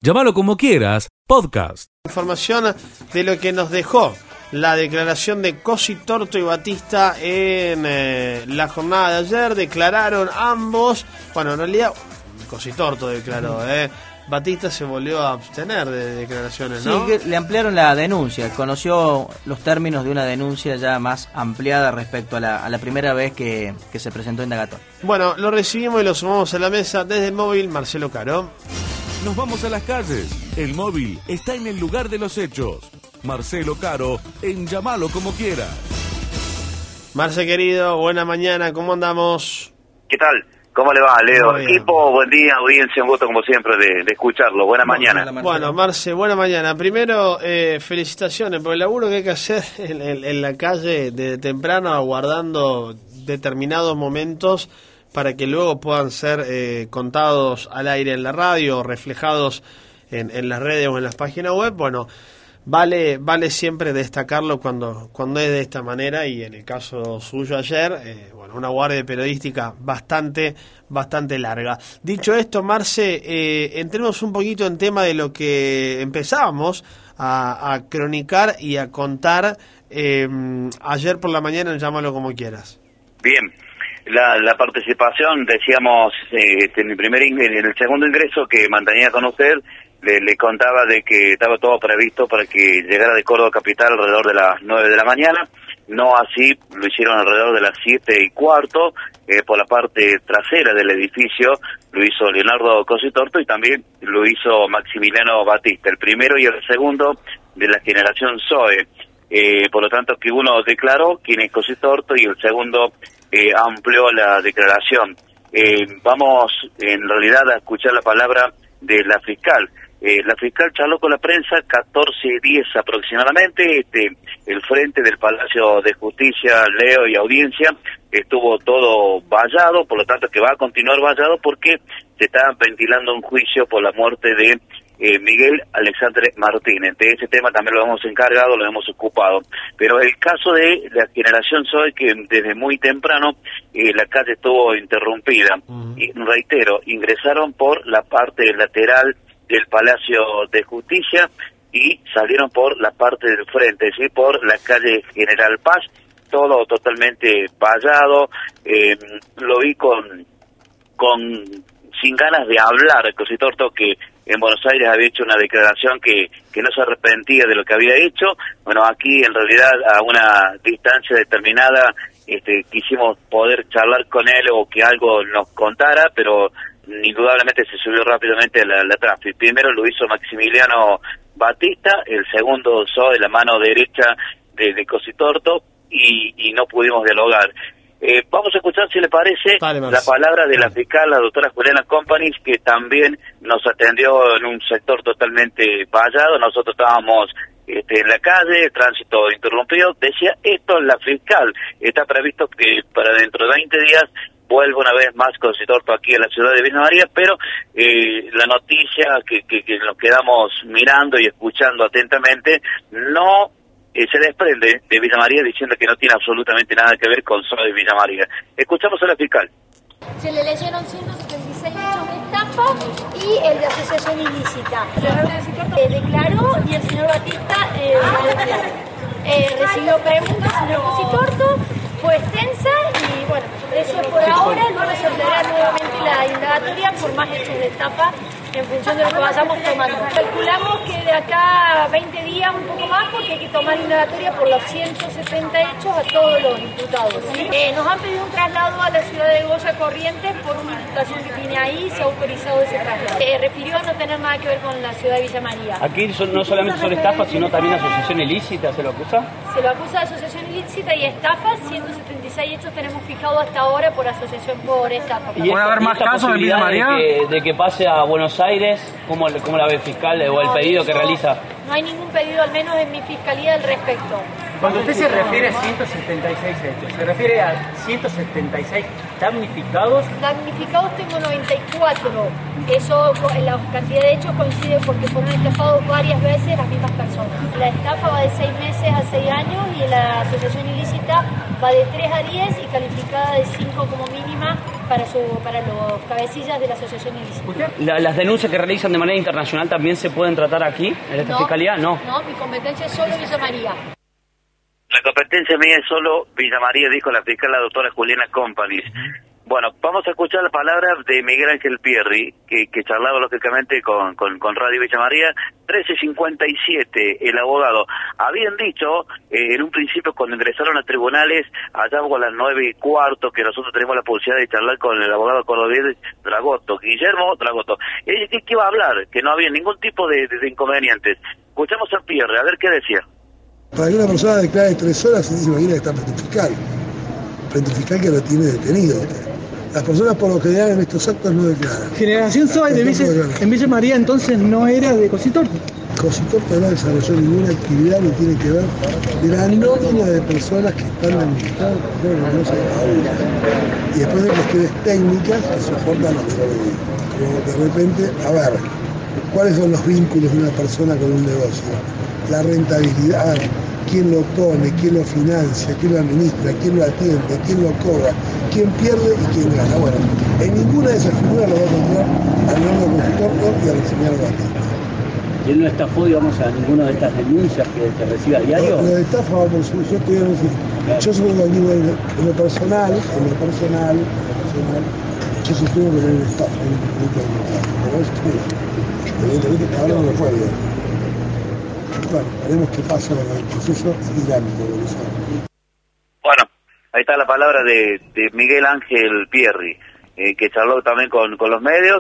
Llámalo como quieras, podcast. Información de lo que nos dejó la declaración de Cosi, Torto y Batista en la jornada de ayer. Declararon ambos, bueno, en realidad Cosi Torto declaró, Batista se volvió a abstener de declaraciones, ¿no? Sí, le ampliaron la denuncia, conoció los términos de una denuncia ya más ampliada respecto a la primera vez que se presentó indagatoria. Bueno, lo recibimos y lo sumamos a la mesa desde el móvil, Marcelo Caro. Nos vamos a las calles. El móvil está en el lugar de los hechos. Marcelo Caro en Llámalo como quieras. Marce querido, buena mañana, ¿cómo andamos? ¿Qué tal? ¿Cómo le va, Leo? Equipo, buen día, audiencia, un gusto como siempre de escucharlo. Buena mañana. Bueno, Marce, buena mañana. Primero, felicitaciones por el laburo que hay que hacer en la calle desde temprano, aguardando determinados momentos para que luego puedan ser contados al aire en la radio, reflejados en las redes o en las páginas web. Bueno, vale siempre destacarlo cuando es de esta manera, y en el caso suyo ayer, una guardia periodística bastante larga. Dicho esto, Marce, entremos un poquito en tema de lo que empezábamos a cronicar y a contar ayer por la mañana en Llámalo como quieras. Bien. La participación, decíamos en el segundo ingreso que mantenía con usted, le contaba de que estaba todo previsto para que llegara de Córdoba capital alrededor de las 9 de la mañana. No así, lo hicieron alrededor de las 7:15, por la parte trasera del edificio lo hizo Leonardo Cosi Torto y también lo hizo Maximiliano Batista, el primero y el segundo de la generación Zoe. Por lo tanto, que uno declaró quién es Cosi Torto y el segundo amplió la declaración. Vamos en realidad a escuchar la palabra de la fiscal. La fiscal charló con la prensa 14:10 aproximadamente. El frente del Palacio de Justicia, Leo y audiencia, estuvo todo vallado, por lo tanto que va a continuar vallado porque se está ventilando un juicio por la muerte de Miguel Alexandre Martínez. De ese tema también lo hemos encargado, lo hemos ocupado. Pero el caso de la generación Zoe, que desde muy temprano la calle estuvo interrumpida. Y reitero, ingresaron por la parte lateral del Palacio de Justicia y salieron por la parte del frente, es decir, por la calle General Paz, todo totalmente vallado. Lo vi sin ganas de hablar, Cosi Torto, que en Buenos Aires había hecho una declaración que no se arrepentía de lo que había hecho. Bueno, aquí en realidad a una distancia determinada quisimos poder charlar con él o que algo nos contara, pero indudablemente se subió rápidamente la tráfico. Primero lo hizo Maximiliano Batista, el segundo Zoe, la mano derecha de Cosi Torto, y no pudimos dialogar. Vamos a escuchar, si le parece, la palabra de la fiscal, la doctora Juliana Companys, que también nos atendió en un sector totalmente vallado. Nosotros estábamos en la calle, tránsito interrumpido. Decía esto la fiscal: está previsto que para dentro de 20 días vuelva una vez más Cosi Torto aquí a la ciudad de Villa María, pero la noticia que nos quedamos mirando y escuchando atentamente no se desprende de Villa María, diciendo que no tiene absolutamente nada que ver con Zoe de Villa María. Escuchamos a la fiscal. Se le leyeron 176 hechos de estafa y el de asociación ilícita. Declaró y el señor Batista recibió preguntas, el señor Cosi Torto, fue extensa y bueno, eso por ahora. No resolverá nuevamente la indagatoria por más hechos de estafa en función de lo que vayamos tomando. Calculamos que de acá a 20 días, un poco más, porque hay que tomar indagatoria por los 170 hechos a todos los imputados. Nos han pedido un traslado a la ciudad de Goya Corrientes por una imputación que tiene ahí, se ha autorizado ese traslado. Refirió a no tener nada que ver con la ciudad de Villa María. Aquí no solamente son estafas, sino también asociación ilícita, ¿se lo acusa? Se lo acusa de asociación ilícita y estafa. 176 hechos tenemos fijados hasta ahora por asociación por estafa. ¿Y puede haber más casos en Villa María? De que pase a Buenos Aires, ¿cómo la ve el fiscal o el pedido que realiza? No hay ningún pedido, al menos en mi fiscalía, al respecto. Cuando usted se refiere a 176 hechos, ¿se refiere a 176 damnificados? Damnificados tengo 94. Eso, la cantidad de hechos coincide porque fueron estafados varias veces las mismas personas. La estafa va de 6 meses a 6 años y la asociación ilícita va de 3 a 10 y calificada de 5 como mínima para los cabecillas de la asociación ilícita. ¿Las denuncias que realizan de manera internacional también se pueden tratar aquí, en esta fiscalía? No, mi competencia es solo Villa María. La competencia mía es solo Villa María, dijo la fiscal, la doctora Juliana Companys. Bueno, vamos a escuchar las palabras de Miguel Ángel Pierri, que charlaba lógicamente con Radio Villa María. 13:57, el abogado. Habían dicho en un principio cuando ingresaron a tribunales, allá por las 9:15, que nosotros tenemos la posibilidad de charlar con el abogado cordobés Dragoto, Guillermo Dragoto. ¿Qué iba a hablar? Que no había ningún tipo de inconvenientes. Escuchamos a Pierri, a ver qué decía. Para que una persona declare 3 horas, se imagina que está frente al fiscal que lo tiene detenido. Las personas por lo general en estos actos no declaran. Generación SOE en Villa María entonces no era de Cositorto. Cositorto no desarrolló ninguna actividad que tiene que ver de la nómina de personas que están administradas no se y después de cuestiones técnicas que soportan los problemas. Como de repente, a ver, ¿cuáles son los vínculos de una persona con un negocio? La rentabilidad, quién lo pone, quién lo financia, quién lo administra, quién lo atiende, quién lo cobra, quién pierde y quién gana. Bueno, en ninguna de esas figuras lo va a encontrar al Leonardo Cositorto y al señor Batista. ¿Y él no estafó, digamos, a ninguna de estas denuncias que recibe a diario? Lo de estafa va por su... Yo soy en lo personal, yo sostengo que no hay estafa, pero evidentemente ahora no lo fue bien. Bueno, veremos qué pasa con el proceso dinámico. Bueno, ahí está la palabra de Miguel Ángel Pierri, que charló también con los medios.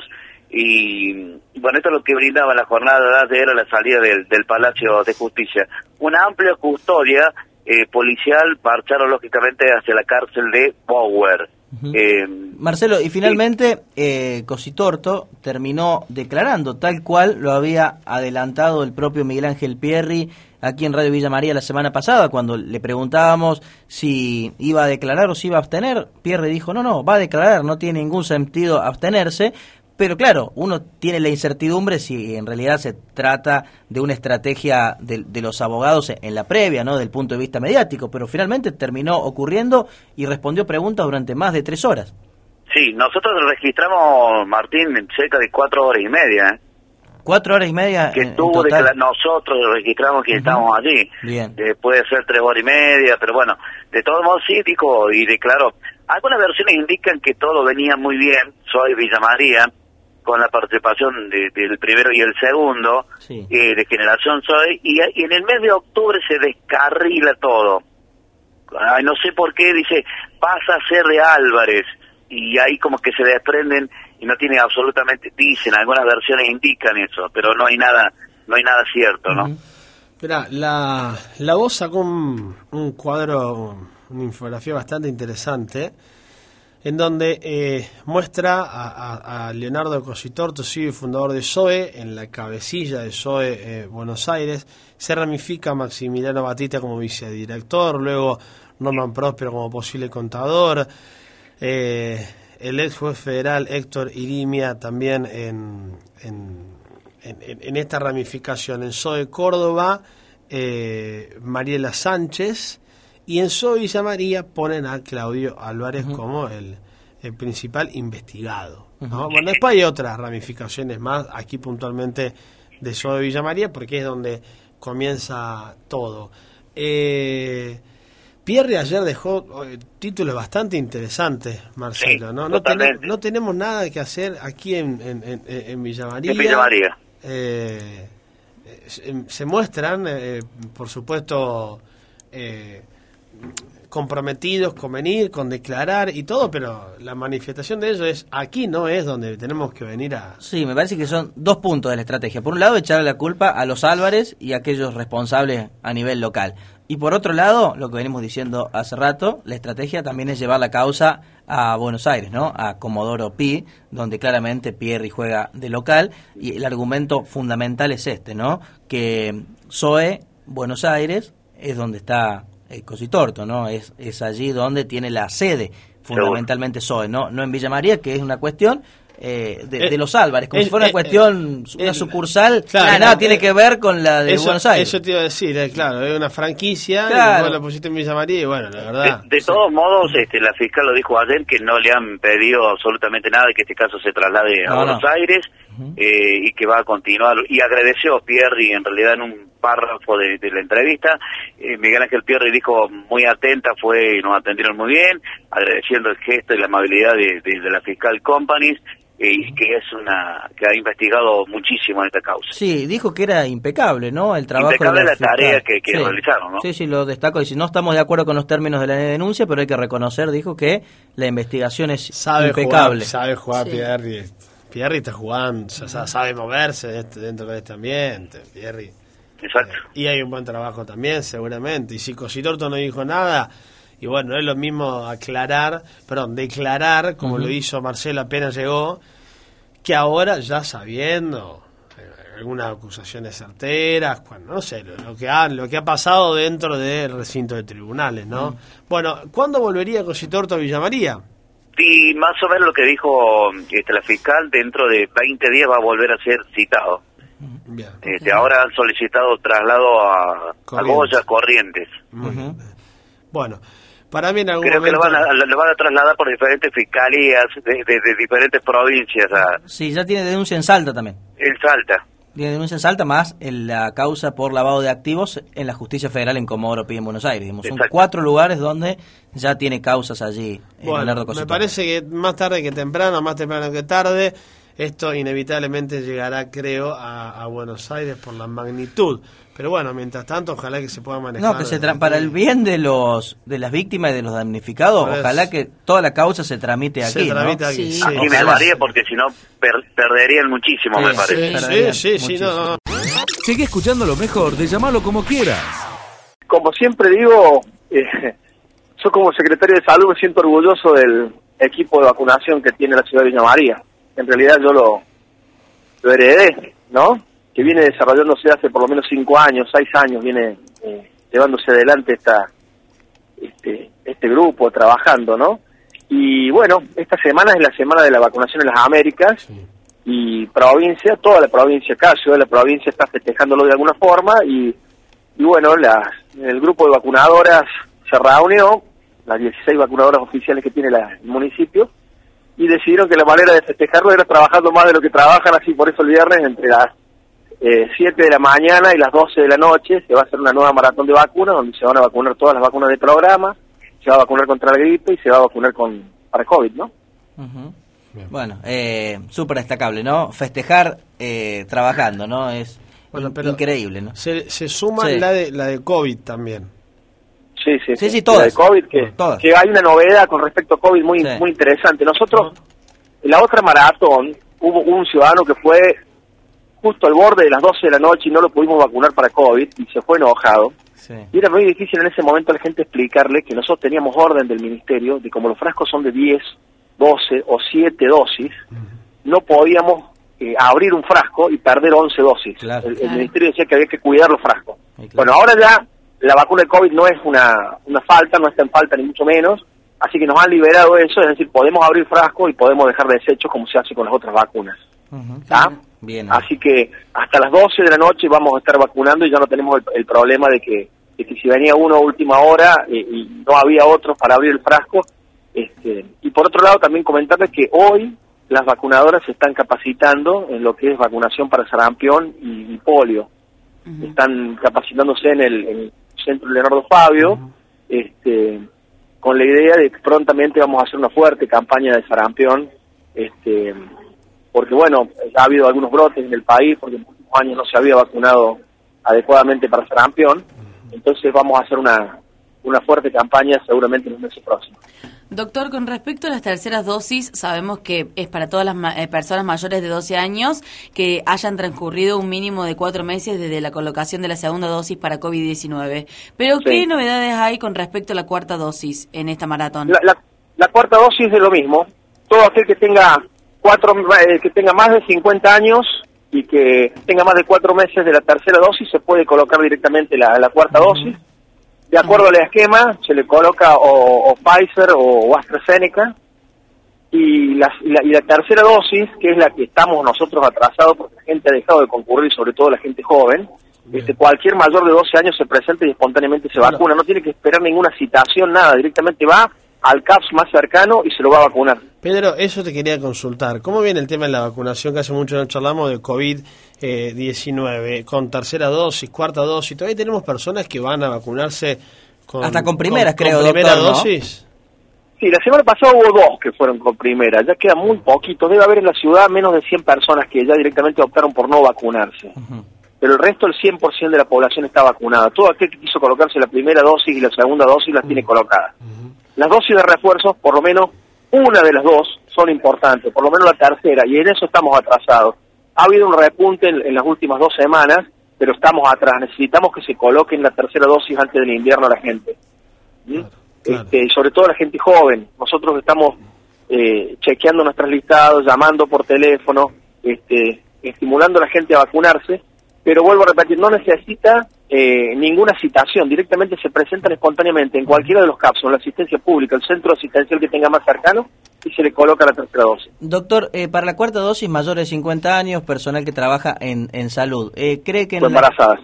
Y bueno, esto es lo que brindaba la jornada de ayer a la salida del Palacio de Justicia. Una amplia custodia policial marcharon lógicamente hacia la cárcel de Bower. Marcelo, y finalmente Cositorto terminó declarando tal cual lo había adelantado el propio Miguel Ángel Pierri aquí en Radio Villa María la semana pasada, cuando le preguntábamos si iba a declarar o si iba a abstener. Pierri dijo, no, va a declarar, no tiene ningún sentido abstenerse. Pero claro, uno tiene la incertidumbre si en realidad se trata de una estrategia de los abogados en la previa, ¿no? Del punto de vista mediático, pero finalmente terminó ocurriendo y respondió preguntas durante más de 3 horas. Sí, nosotros registramos, Martín, cerca de 4 horas y media. 4 horas y media que estuvo nosotros registramos que estábamos allí. Bien. Puede ser 3 horas y media, pero bueno, de todos modos sí, dijo y declaró. Algunas versiones indican que todo venía muy bien, soy Villa María, con la participación del primero y el segundo, sí, de Generación Soy, y en el mes de octubre se descarrila todo. No sé por qué, dice, pasa a ser de Álvarez, y ahí como que se desprenden, y no tiene absolutamente, dicen, algunas versiones indican eso, pero no hay nada cierto, ¿no? Mirá, la voz sacó un cuadro, una infografía bastante interesante, en donde muestra a Leonardo Cositorto, CEO y fundador de SOE, en la cabecilla de SOE Buenos Aires. Se ramifica Maximiliano Batista como vicedirector, luego Norman Próspero como posible contador, el ex juez federal Héctor Irimia también en esta ramificación. En SOE Córdoba, Mariela Sánchez. Y en SOE Villa María ponen a Claudio Álvarez como el principal investigado, ¿no? Bueno, después hay otras ramificaciones más, aquí puntualmente de SOE Villa María, porque es donde comienza todo. Pierri ayer dejó títulos bastante interesantes, Marcelo, sí, ¿no? No tenemos nada que hacer aquí en Villa María. En Villa María. Se muestran, por supuesto, comprometidos con venir, con declarar y todo, pero la manifestación de ellos es aquí, no es donde tenemos que venir a... Sí, me parece que son 2 puntos de la estrategia. Por un lado, echarle la culpa a los Álvarez y a aquellos responsables a nivel local. Y por otro lado, lo que venimos diciendo hace rato, la estrategia también es llevar la causa a Buenos Aires, ¿no? A Comodoro Pi, donde claramente Pierri juega de local, y el argumento fundamental es este, ¿no? Que SOE Buenos Aires es donde está Cositorto, ¿no? Es allí donde tiene la sede, fundamentalmente SOE, no en Villa María, que es una cuestión, de los Álvarez, como si fuera una cuestión, una sucursal, claro, que nada tiene que ver con la de Buenos Aires. Eso te iba a decir, claro, es una franquicia, claro. Y vos la pusiste en Villa María y bueno, la verdad. De todos modos, la fiscal lo dijo ayer que no le han pedido absolutamente nada de que este caso se traslade a Buenos Aires y que va a continuar. Y agradeció Pierri, en realidad en un párrafo de la entrevista, Miguel Ángel Pierri dijo muy atenta, fue y nos atendieron muy bien, agradeciendo el gesto y la amabilidad de la fiscal Companies, y que que ha investigado muchísimo en esta causa. Sí, dijo que era impecable, ¿no? El trabajo impecable de la tarea que realizaron, ¿no? Sí, lo destaco. Y si no estamos de acuerdo con los términos de la denuncia, pero hay que reconocer, dijo que la investigación es impecable. Sabe jugar Pierri. Pierri está jugando, sabe moverse dentro de este ambiente, Pierri. Exacto. Y hay un buen trabajo también, seguramente. Y si Cositorto no dijo nada, y bueno, no es lo mismo declarar, como lo hizo Marcelo apenas llegó, que ahora ya sabiendo algunas acusaciones certeras, bueno, no sé, lo que ha pasado dentro del recinto de tribunales, ¿no? Bueno, ¿cuándo volvería Cositorto a Villa María? Y más o menos lo que dijo la fiscal, dentro de 20 días va a volver a ser citado. Bien. Ahora han solicitado traslado a Goya, Corrientes. Muy bien. Bueno, para mí en algún Creo momento... que lo van a trasladar por diferentes fiscalías de diferentes provincias. Sí, ya tiene denuncia en Salta también. En Salta. Tiene denuncia en Salta, más en la causa por lavado de activos en la Justicia Federal en Comodoro Pi, en Buenos Aires. Son 4 lugares donde ya tiene causas allí. Bueno, me parece que más tarde que temprano, más temprano que tarde, esto inevitablemente llegará, creo, a Buenos Aires por la magnitud. Pero bueno, mientras tanto, ojalá que se pueda manejar. No, que para el bien de las víctimas y de los damnificados, ojalá que toda la causa se tramite aquí. Sí. Aquí me varía, porque si no perderían muchísimo, me parece. Sí, no. Sigue escuchando lo mejor de Llamarlo Como Quieras. Como siempre digo, yo como secretario de Salud me siento orgulloso del equipo de vacunación que tiene la ciudad de Villa María. En realidad yo lo heredé, ¿no? Que viene desarrollándose hace por lo menos 5 años, 6 años, viene llevándose adelante este grupo, trabajando, ¿no? Y bueno, esta semana es la semana de la vacunación en las Américas, y provincia, toda la provincia, cada ciudad de la provincia está festejándolo de alguna forma, y bueno, el grupo de vacunadoras se reunió, las 16 vacunadoras oficiales que tiene el municipio, y decidieron que la manera de festejarlo era trabajando más de lo que trabajan, así por eso el viernes entre las 7 de la mañana y las 12 de la noche se va a hacer una nueva maratón de vacunas, donde se van a vacunar todas las vacunas del programa, se va a vacunar contra la gripe y se va a vacunar para COVID, ¿no? Bueno, súper destacable, ¿no? Festejar trabajando, ¿no? Es increíble, ¿no? Se suma la de COVID también. Sí, todas. La de COVID, que hay una novedad con respecto a COVID muy interesante. Nosotros, en la otra maratón, hubo un ciudadano que fue justo al borde de las 12 de la noche y no lo pudimos vacunar para COVID y se fue enojado. Y era muy difícil en ese momento a la gente explicarle que nosotros teníamos orden del ministerio de como los frascos son de 10, 12 o 7 dosis, no podíamos abrir un frasco y perder 11 dosis. El ministerio decía que había que cuidar los frascos. Bueno, ahora ya la vacuna de COVID no es una falta, no está en falta ni mucho menos, así que nos han liberado eso, es decir, podemos abrir frasco y podemos dejar desechos como se hace con las otras vacunas. Bien. Así que hasta las 12 de la noche vamos a estar vacunando y ya no tenemos el problema de que si venía uno a última hora y no había otros para abrir el frasco. Y por otro lado también comentarles que hoy las vacunadoras se están capacitando en lo que es vacunación para sarampión y polio. Están capacitándose en el Centro Leonardo Fabio, con la idea de que prontamente vamos a hacer una fuerte campaña de sarampión, porque bueno, ha habido algunos brotes en el país, porque en los últimos años no se había vacunado adecuadamente para sarampión, entonces vamos a hacer una fuerte campaña seguramente en los meses próximos. Doctor, con respecto a las terceras dosis, sabemos que es para todas las personas mayores de 12 años que hayan transcurrido un mínimo de 4 meses desde la colocación de la segunda dosis para COVID-19. Pero, ¿qué novedades hay con respecto a la cuarta dosis en esta maratón? La cuarta dosis es lo mismo. Todo aquel que tenga más de 50 años y que tenga más de 4 meses de la tercera dosis se puede colocar directamente la cuarta dosis. De acuerdo al esquema, se le coloca o Pfizer o AstraZeneca, y la tercera dosis, que es la que estamos nosotros atrasados porque la gente ha dejado de concurrir, sobre todo la gente joven, cualquier mayor de 12 años se presenta y espontáneamente se vacuna, no tiene que esperar ninguna citación, nada, directamente va al CAPS más cercano y se lo va a vacunar. Pedro, eso te quería consultar. ¿Cómo viene el tema de la vacunación, que hace mucho no charlamos de COVID-19, con tercera dosis, cuarta dosis? Todavía tenemos personas que van a vacunarse hasta con primeras, creo, con primera doctor, ¿no? dosis. Sí, la semana pasada hubo 2 que fueron con primera, ya queda muy poquito, debe haber en la ciudad menos de 100 personas que ya directamente optaron por no vacunarse. Pero el resto, el 100% de la población está vacunada. Todo aquel que quiso colocarse la primera dosis y la segunda dosis las tiene colocadas. Las dosis de refuerzos, por lo menos una de las 2 son importantes, por lo menos la tercera, y en eso estamos atrasados. Ha habido un repunte en las últimas 2 semanas, pero estamos atrás. Necesitamos que se coloquen la tercera dosis antes del invierno a la gente. Claro. Sobre todo la gente joven. Nosotros estamos chequeando nuestros listados, llamando por teléfono, estimulando a la gente a vacunarse, pero vuelvo a repetir, no necesita ninguna citación, directamente se presentan espontáneamente en cualquiera de los CAPS, en la asistencia pública, el centro asistencial que tenga más cercano, y se le coloca la tercera dosis. Doctor, para la cuarta dosis, mayores de 50 años, personal que trabaja en salud, ¿cree que o embarazadas?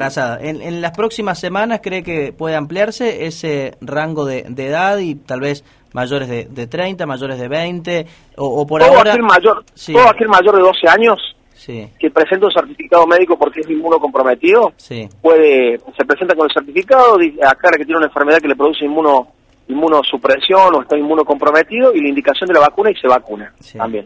¿En las próximas semanas cree que puede ampliarse ese rango de edad y tal vez mayores de 30, mayores de 20, o por todo ahora? Todo aquel mayor de 12 años sí, que presenta un certificado médico porque es inmunocomprometido, sí, se presenta con el certificado, aclara que tiene una enfermedad que le produce inmunosupresión o está inmunocomprometido, y la indicación de la vacuna, y se vacuna también.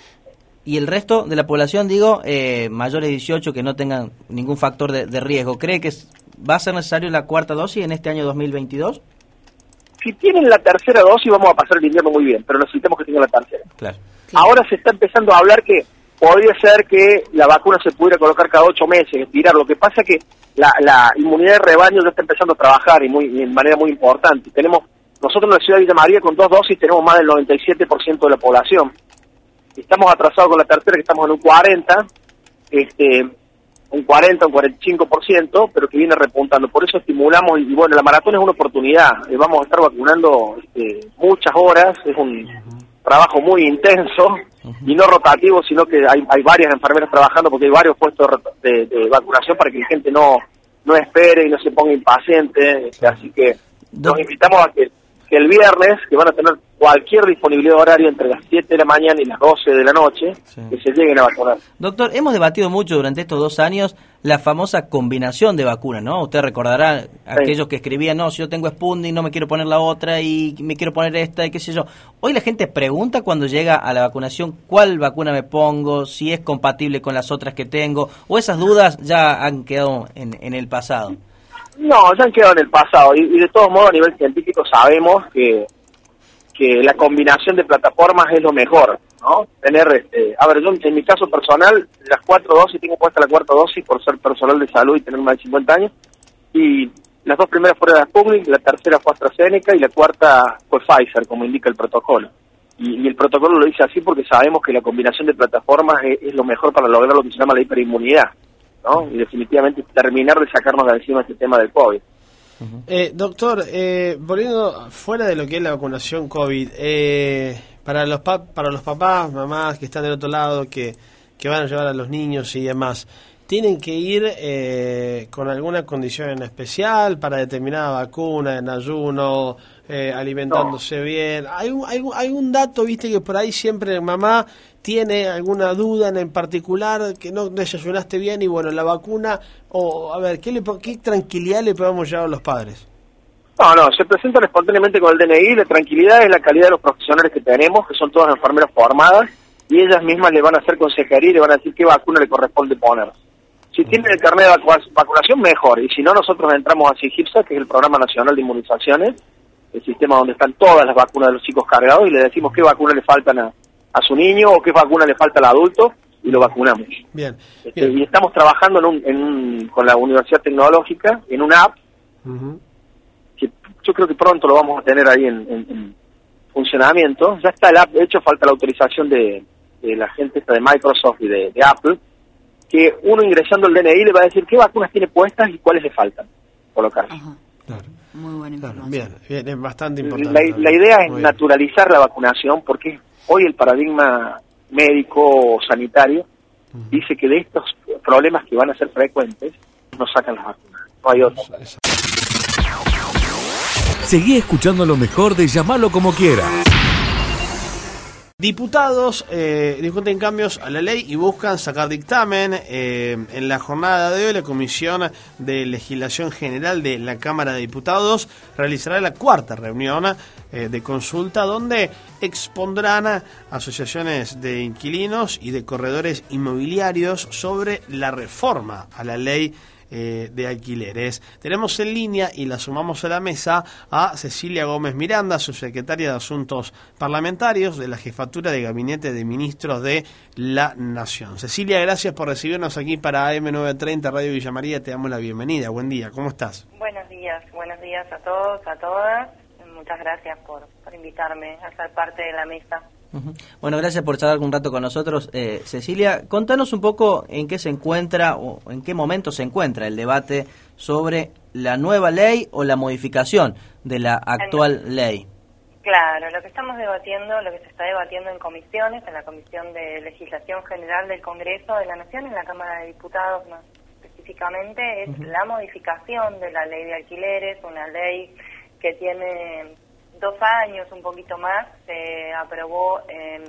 Y el resto de la población, digo, mayores de 18 que no tengan ningún factor de riesgo, ¿cree que va a ser necesario la cuarta dosis en este año 2022? Si tienen la tercera dosis vamos a pasar el invierno muy bien, pero necesitamos que tengan la tercera. Claro. Ahora se está empezando a hablar que podría ser que la vacuna se pudiera colocar cada 8 meses, estirar. Lo que pasa es que la inmunidad de rebaño ya está empezando a trabajar y de manera muy importante. Nosotros en la ciudad de Villa María con 2 dosis tenemos más del 97% de la población. Estamos atrasados con la tercera, que estamos en un 40, un 45%, pero que viene repuntando. Por eso estimulamos, y bueno, la maratón es una oportunidad. Vamos a estar vacunando muchas horas, es un trabajo muy intenso y no rotativo, sino que hay varias enfermeras trabajando porque hay varios puestos de vacunación para que la gente no espere y no se ponga impaciente. Así que nos invitamos a que el viernes, que van a tener cualquier disponibilidad de horario entre las 7 de la mañana y las 12 de la noche, que se lleguen a vacunar. Doctor, hemos debatido mucho durante estos 2 años la famosa combinación de vacunas, ¿no? Usted recordará aquellos que escribían, no, si yo tengo Sputnik no me quiero poner la otra y me quiero poner esta y qué sé yo. Hoy la gente pregunta cuando llega a la vacunación cuál vacuna me pongo, si es compatible con las otras que tengo, o esas dudas ya han quedado en el pasado. No, ya han quedado en el pasado, y de todos modos a nivel científico sabemos que la combinación de plataformas es lo mejor, ¿no? Yo en mi caso personal, las 4 dosis, tengo puesta la cuarta dosis por ser personal de salud y tener más de 50 años, y las 2 primeras fueron de Sputnik, la tercera fue AstraZeneca y la cuarta fue Pfizer, como indica el protocolo. Y el protocolo lo dice así porque sabemos que la combinación de plataformas es lo mejor para lograr lo que se llama la hiperinmunidad, ¿no? Y definitivamente terminar de sacarnos de encima este tema del COVID. Doctor, volviendo fuera de lo que es la vacunación COVID, para los papás, mamás que están del otro lado, que van a llevar a los niños y demás, ¿tienen que ir con alguna condición en especial para determinada vacuna, en ayuno, alimentándose bien? ¿Hay un dato, viste, que por ahí siempre mamá tiene alguna duda en particular, que no desayunaste bien y bueno, la vacuna, o a ver, ¿qué tranquilidad le podemos llevar a los padres? No, se presentan espontáneamente con el DNI, la tranquilidad es la calidad de los profesionales que tenemos, que son todas enfermeras formadas, y ellas mismas le van a hacer consejería y le van a decir qué vacuna le corresponde poner. Si tienen el carnet de vacunación, mejor, y si no, nosotros entramos a SIGIPSA, que es el Programa Nacional de Inmunizaciones, el sistema donde están todas las vacunas de los chicos cargados, y le decimos qué vacuna le faltan a su niño o qué vacuna le falta al adulto, y lo vacunamos. Bien. Y estamos trabajando con la Universidad Tecnológica en una app, que yo creo que pronto lo vamos a tener ahí en funcionamiento. Ya está el app, de hecho falta la autorización de la gente esta de Microsoft y de Apple, que uno ingresando el DNI le va a decir qué vacunas tiene puestas y cuáles le faltan colocar. Claro. Muy buena información. Bien, es bastante importante. La idea es naturalizar la vacunación porque Hoy el paradigma médico o sanitario dice que de estos problemas que van a ser frecuentes, nos sacan las vacunas. No hay otro. Seguí escuchando lo mejor de Llamalo como quieras. Diputados discuten cambios a la ley y buscan sacar dictamen. En la jornada de hoy, la Comisión de Legislación General de la Cámara de Diputados realizará la cuarta reunión de consulta donde expondrán asociaciones de inquilinos y de corredores inmobiliarios sobre la reforma a la ley de alquileres. Tenemos en línea y la sumamos a la mesa a Cecilia Gómez Miranda, subsecretaria de Asuntos Parlamentarios de la Jefatura de Gabinete de Ministros de la Nación. Cecilia, gracias por recibirnos aquí para AM930 Radio Villa María. Te damos la bienvenida. Buen día, ¿cómo estás? Buenos días a todos, a todas. Muchas gracias por invitarme a ser parte de la mesa. Bueno, gracias por charlar un rato con nosotros. Cecilia, contanos un poco en qué se encuentra o en qué momento se encuentra el debate sobre la nueva ley o la modificación de la actual ley. Claro, lo que estamos debatiendo, lo que se está debatiendo en comisiones, en la Comisión de Legislación General del Congreso de la Nación, en la Cámara de Diputados más específicamente, es la modificación de la ley de alquileres, una ley que tiene 2 años, un poquito más, se aprobó en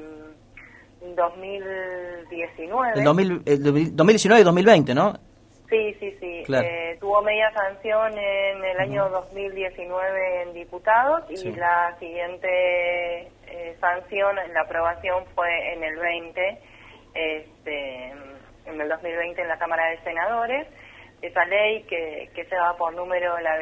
2019. El 2019 y 2020, ¿no? Sí. Claro. Tuvo media sanción en el año 2019 en diputados y la siguiente sanción, la aprobación fue en el 20, en el 2020 en la Cámara de Senadores. Esa ley que se va por número la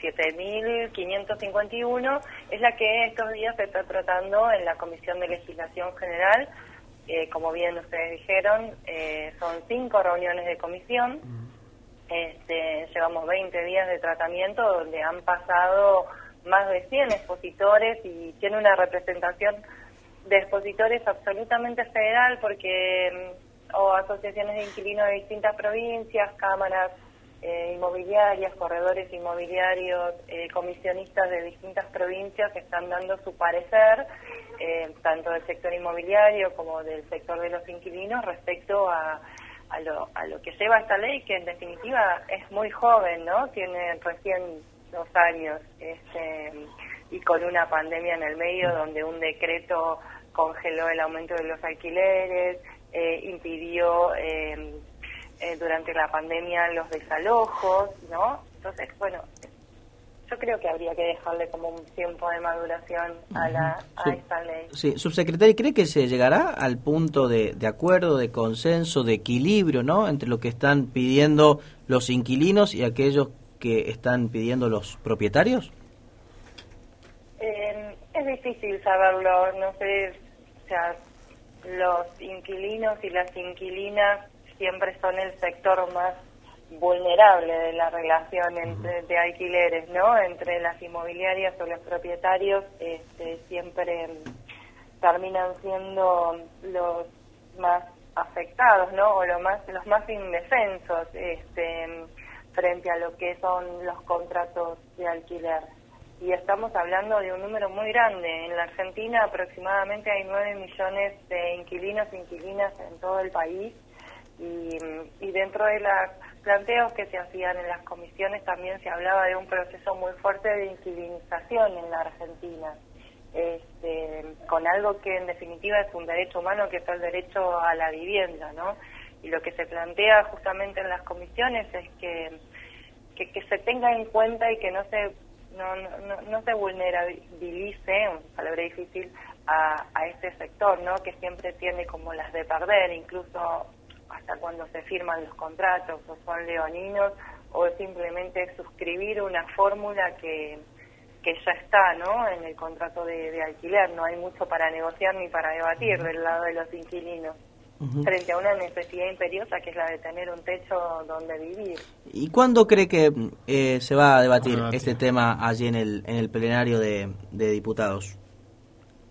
27.551 es la que estos días se está tratando en la Comisión de Legislación General. Como bien ustedes dijeron, son 5 reuniones de comisión. Llevamos 20 días de tratamiento donde han pasado más de 100 expositores y tiene una representación de expositores absolutamente federal porque o asociaciones de inquilinos de distintas provincias, cámaras inmobiliarias, corredores inmobiliarios, comisionistas de distintas provincias que están dando su parecer, tanto del sector inmobiliario como del sector de los inquilinos respecto a lo que lleva esta ley, que en definitiva es muy joven, ¿no? Tiene recién 2 años, y con una pandemia en el medio donde un decreto congeló el aumento de los alquileres, impidió durante la pandemia los desalojos, ¿no? Entonces, bueno, yo creo que habría que dejarle como un tiempo de maduración a esta ley. Sí, subsecretaria, ¿cree que se llegará al punto de acuerdo, de consenso, de equilibrio, ¿no?, entre lo que están pidiendo los inquilinos y aquellos que están pidiendo los propietarios? Es difícil saberlo, no sé, o sea, los inquilinos y las inquilinas siempre son el sector más vulnerable de la relación de alquileres, ¿no? Entre las inmobiliarias o los propietarios siempre terminan siendo los más afectados, ¿no? O los más indefensos frente a lo que son los contratos de alquiler. Y estamos hablando de un número muy grande. En la Argentina aproximadamente hay 9 millones de inquilinos e inquilinas en todo el país. Y dentro de los planteos que se hacían en las comisiones también se hablaba de un proceso muy fuerte de inquilinización en la Argentina, con algo que en definitiva es un derecho humano, que es el derecho a la vivienda, ¿no? Y lo que se plantea justamente en las comisiones es que se tenga en cuenta y que no se vulnerabilice, una palabra difícil, a este sector, ¿no? Que siempre tiene como las de perder, incluso hasta cuando se firman los contratos, o son leoninos, o simplemente suscribir una fórmula que ya está, ¿no?, en el contrato de alquiler. No hay mucho para negociar ni para debatir del lado de los inquilinos, frente a una necesidad imperiosa que es la de tener un techo donde vivir. ¿Y cuándo cree que se va a debatir este tema allí en el plenario de diputados?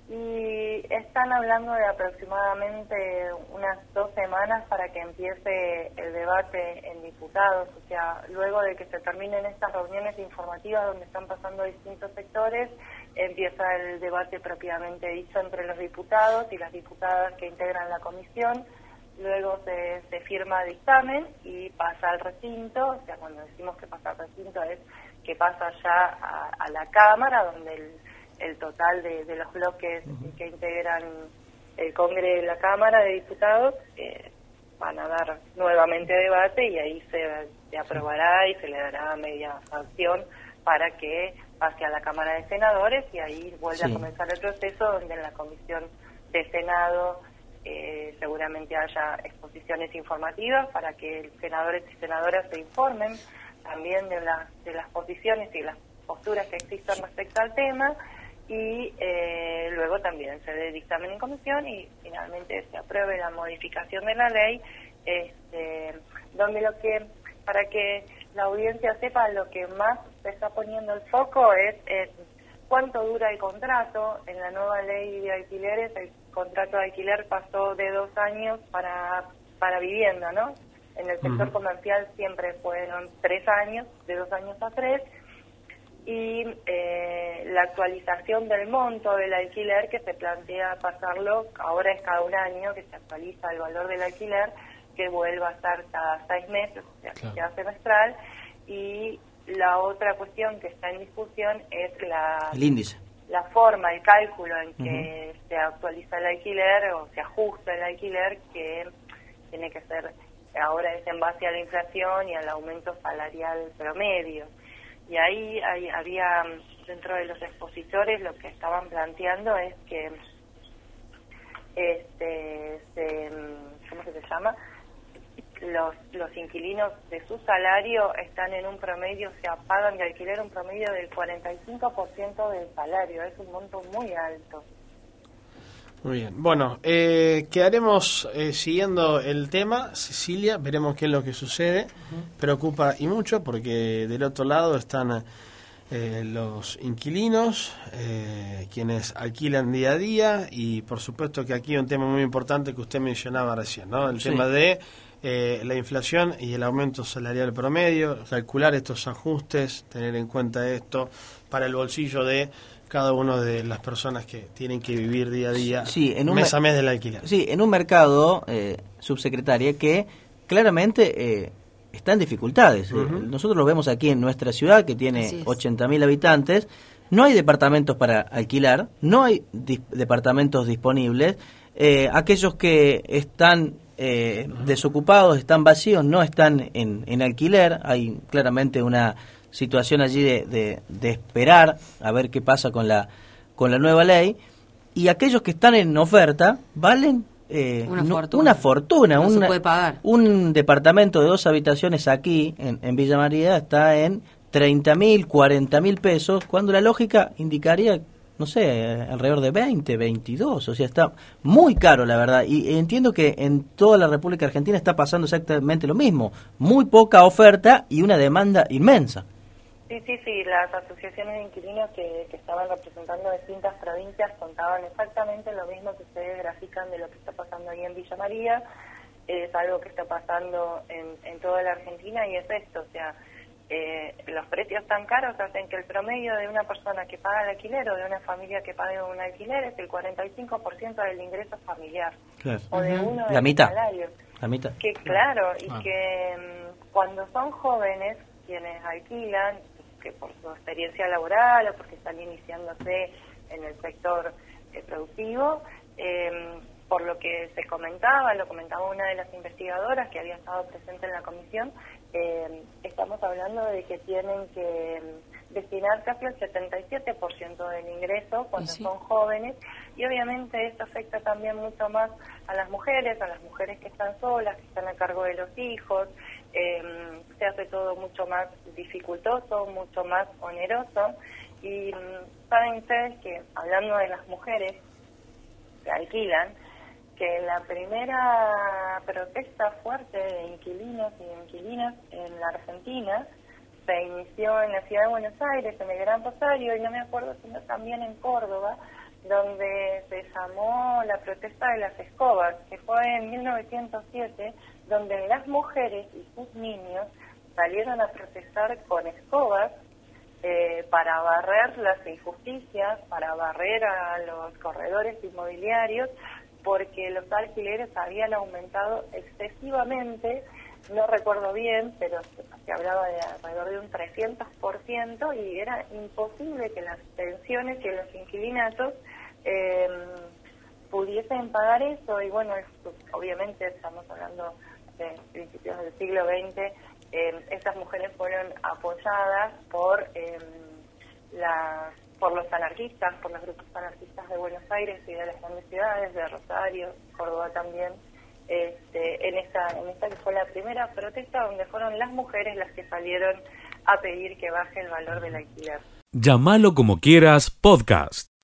Y están hablando de aproximadamente unas 2 semanas para que empiece el debate en diputados, o sea, luego de que se terminen estas reuniones informativas donde están pasando distintos sectores, empieza el debate propiamente dicho entre los diputados y las diputadas que integran la comisión. Luego se firma dictamen y pasa al recinto, o sea, cuando decimos que pasa al recinto es que pasa ya a la Cámara, donde el total de los bloques que integran el Congreso y la Cámara de Diputados van a dar nuevamente debate y ahí se aprobará y se le dará media sanción para que pase a la Cámara de Senadores y ahí vuelve a comenzar el proceso donde en la Comisión de Senado seguramente haya exposiciones informativas para que senadores y senadoras se informen también de las posiciones y las posturas que existen respecto al tema y luego también se dé dictamen en comisión y finalmente se apruebe la modificación de la ley, donde para que la audiencia sepa lo que más se está poniendo el foco es cuánto dura el contrato. En la nueva ley de alquileres el contrato de alquiler pasó de 2 años para vivienda, ¿no? En el sector comercial siempre fueron 3 años, de 2 años a 3, y la actualización del monto del alquiler que se plantea pasarlo, ahora es cada 1 año que se actualiza el valor del alquiler, que vuelva a estar cada 6 meses, o sea, que sea semestral, y la otra cuestión que está en discusión es el índice. La forma, el cálculo en que se actualiza el alquiler o se ajusta el alquiler, que tiene que ser, ahora es en base a la inflación y al aumento salarial promedio. Y ahí había, dentro de los expositores, lo que estaban planteando es que, ¿cómo se llama? Los inquilinos de su salario están en un promedio, o sea, pagan de alquiler un promedio del 45% del salario, es un monto muy alto. Muy bien, bueno, quedaremos siguiendo el tema, Cecilia, veremos qué es lo que sucede, preocupa y mucho porque del otro lado están los inquilinos, quienes alquilan día a día y por supuesto que aquí hay un tema muy importante que usted mencionaba recién, ¿no? El tema de la inflación y el aumento salarial promedio, calcular estos ajustes, tener en cuenta esto para el bolsillo de cada una de las personas que tienen que vivir día a día, mes a mes del alquiler. Sí, en un mercado, subsecretaria, que claramente está en dificultades. Nosotros lo vemos aquí en nuestra ciudad, que tiene 80.000 habitantes, no hay departamentos para alquilar, no hay departamentos disponibles, aquellos que están desocupados, están vacíos, no están en alquiler, hay claramente una situación allí de esperar a ver qué pasa con la nueva ley, y aquellos que están en oferta valen una fortuna. No se puede pagar. Un departamento de 2 habitaciones aquí en Villa María está en 30.000, 40.000 pesos, cuando la lógica indicaría, no sé, alrededor de 20, 22, o sea, está muy caro, la verdad, y entiendo que en toda la República Argentina está pasando exactamente lo mismo, muy poca oferta y una demanda inmensa. Sí, las asociaciones de inquilinos que estaban representando distintas provincias contaban exactamente lo mismo que ustedes grafican de lo que está pasando ahí en Villa María, es algo que está pasando en toda la Argentina y es esto, o sea, los precios tan caros hacen que el promedio de una persona que paga el alquiler o de una familia que paga un alquiler es el 45% del ingreso familiar. Claro. O de uno de los salarios. La mitad. Que claro, y que cuando son jóvenes quienes alquilan, que por su experiencia laboral o porque están iniciándose en el sector productivo, por lo que se comentaba, lo comentaba una de las investigadoras que había estado presente en la comisión, estamos hablando de que tienen que destinar casi el 77% del ingreso cuando son jóvenes, y obviamente esto afecta también mucho más a las mujeres que están solas, que están a cargo de los hijos, se hace todo mucho más dificultoso, mucho más oneroso, y saben ustedes que, hablando de las mujeres que alquilan, que la primera protesta fuerte de inquilinos y inquilinas en la Argentina se inició en la ciudad de Buenos Aires, en el Gran Rosario, y no me acuerdo si no también en Córdoba, donde se llamó la protesta de las escobas, que fue en 1907, donde las mujeres y sus niños salieron a protestar con escobas para barrer las injusticias, para barrer a los corredores inmobiliarios, porque los alquileres habían aumentado excesivamente. No recuerdo bien, pero se hablaba de alrededor de un 300%, y era imposible que las pensiones y los inquilinatos pudiesen pagar eso. Y bueno, obviamente estamos hablando de principios del siglo XX, estas mujeres fueron apoyadas por los anarquistas, por los grupos anarquistas de Buenos Aires y de las grandes ciudades, de Rosario, Córdoba también, en esta que fue la primera protesta, donde fueron las mujeres las que salieron a pedir que baje el valor del alquiler. Llámalo como quieras, podcast.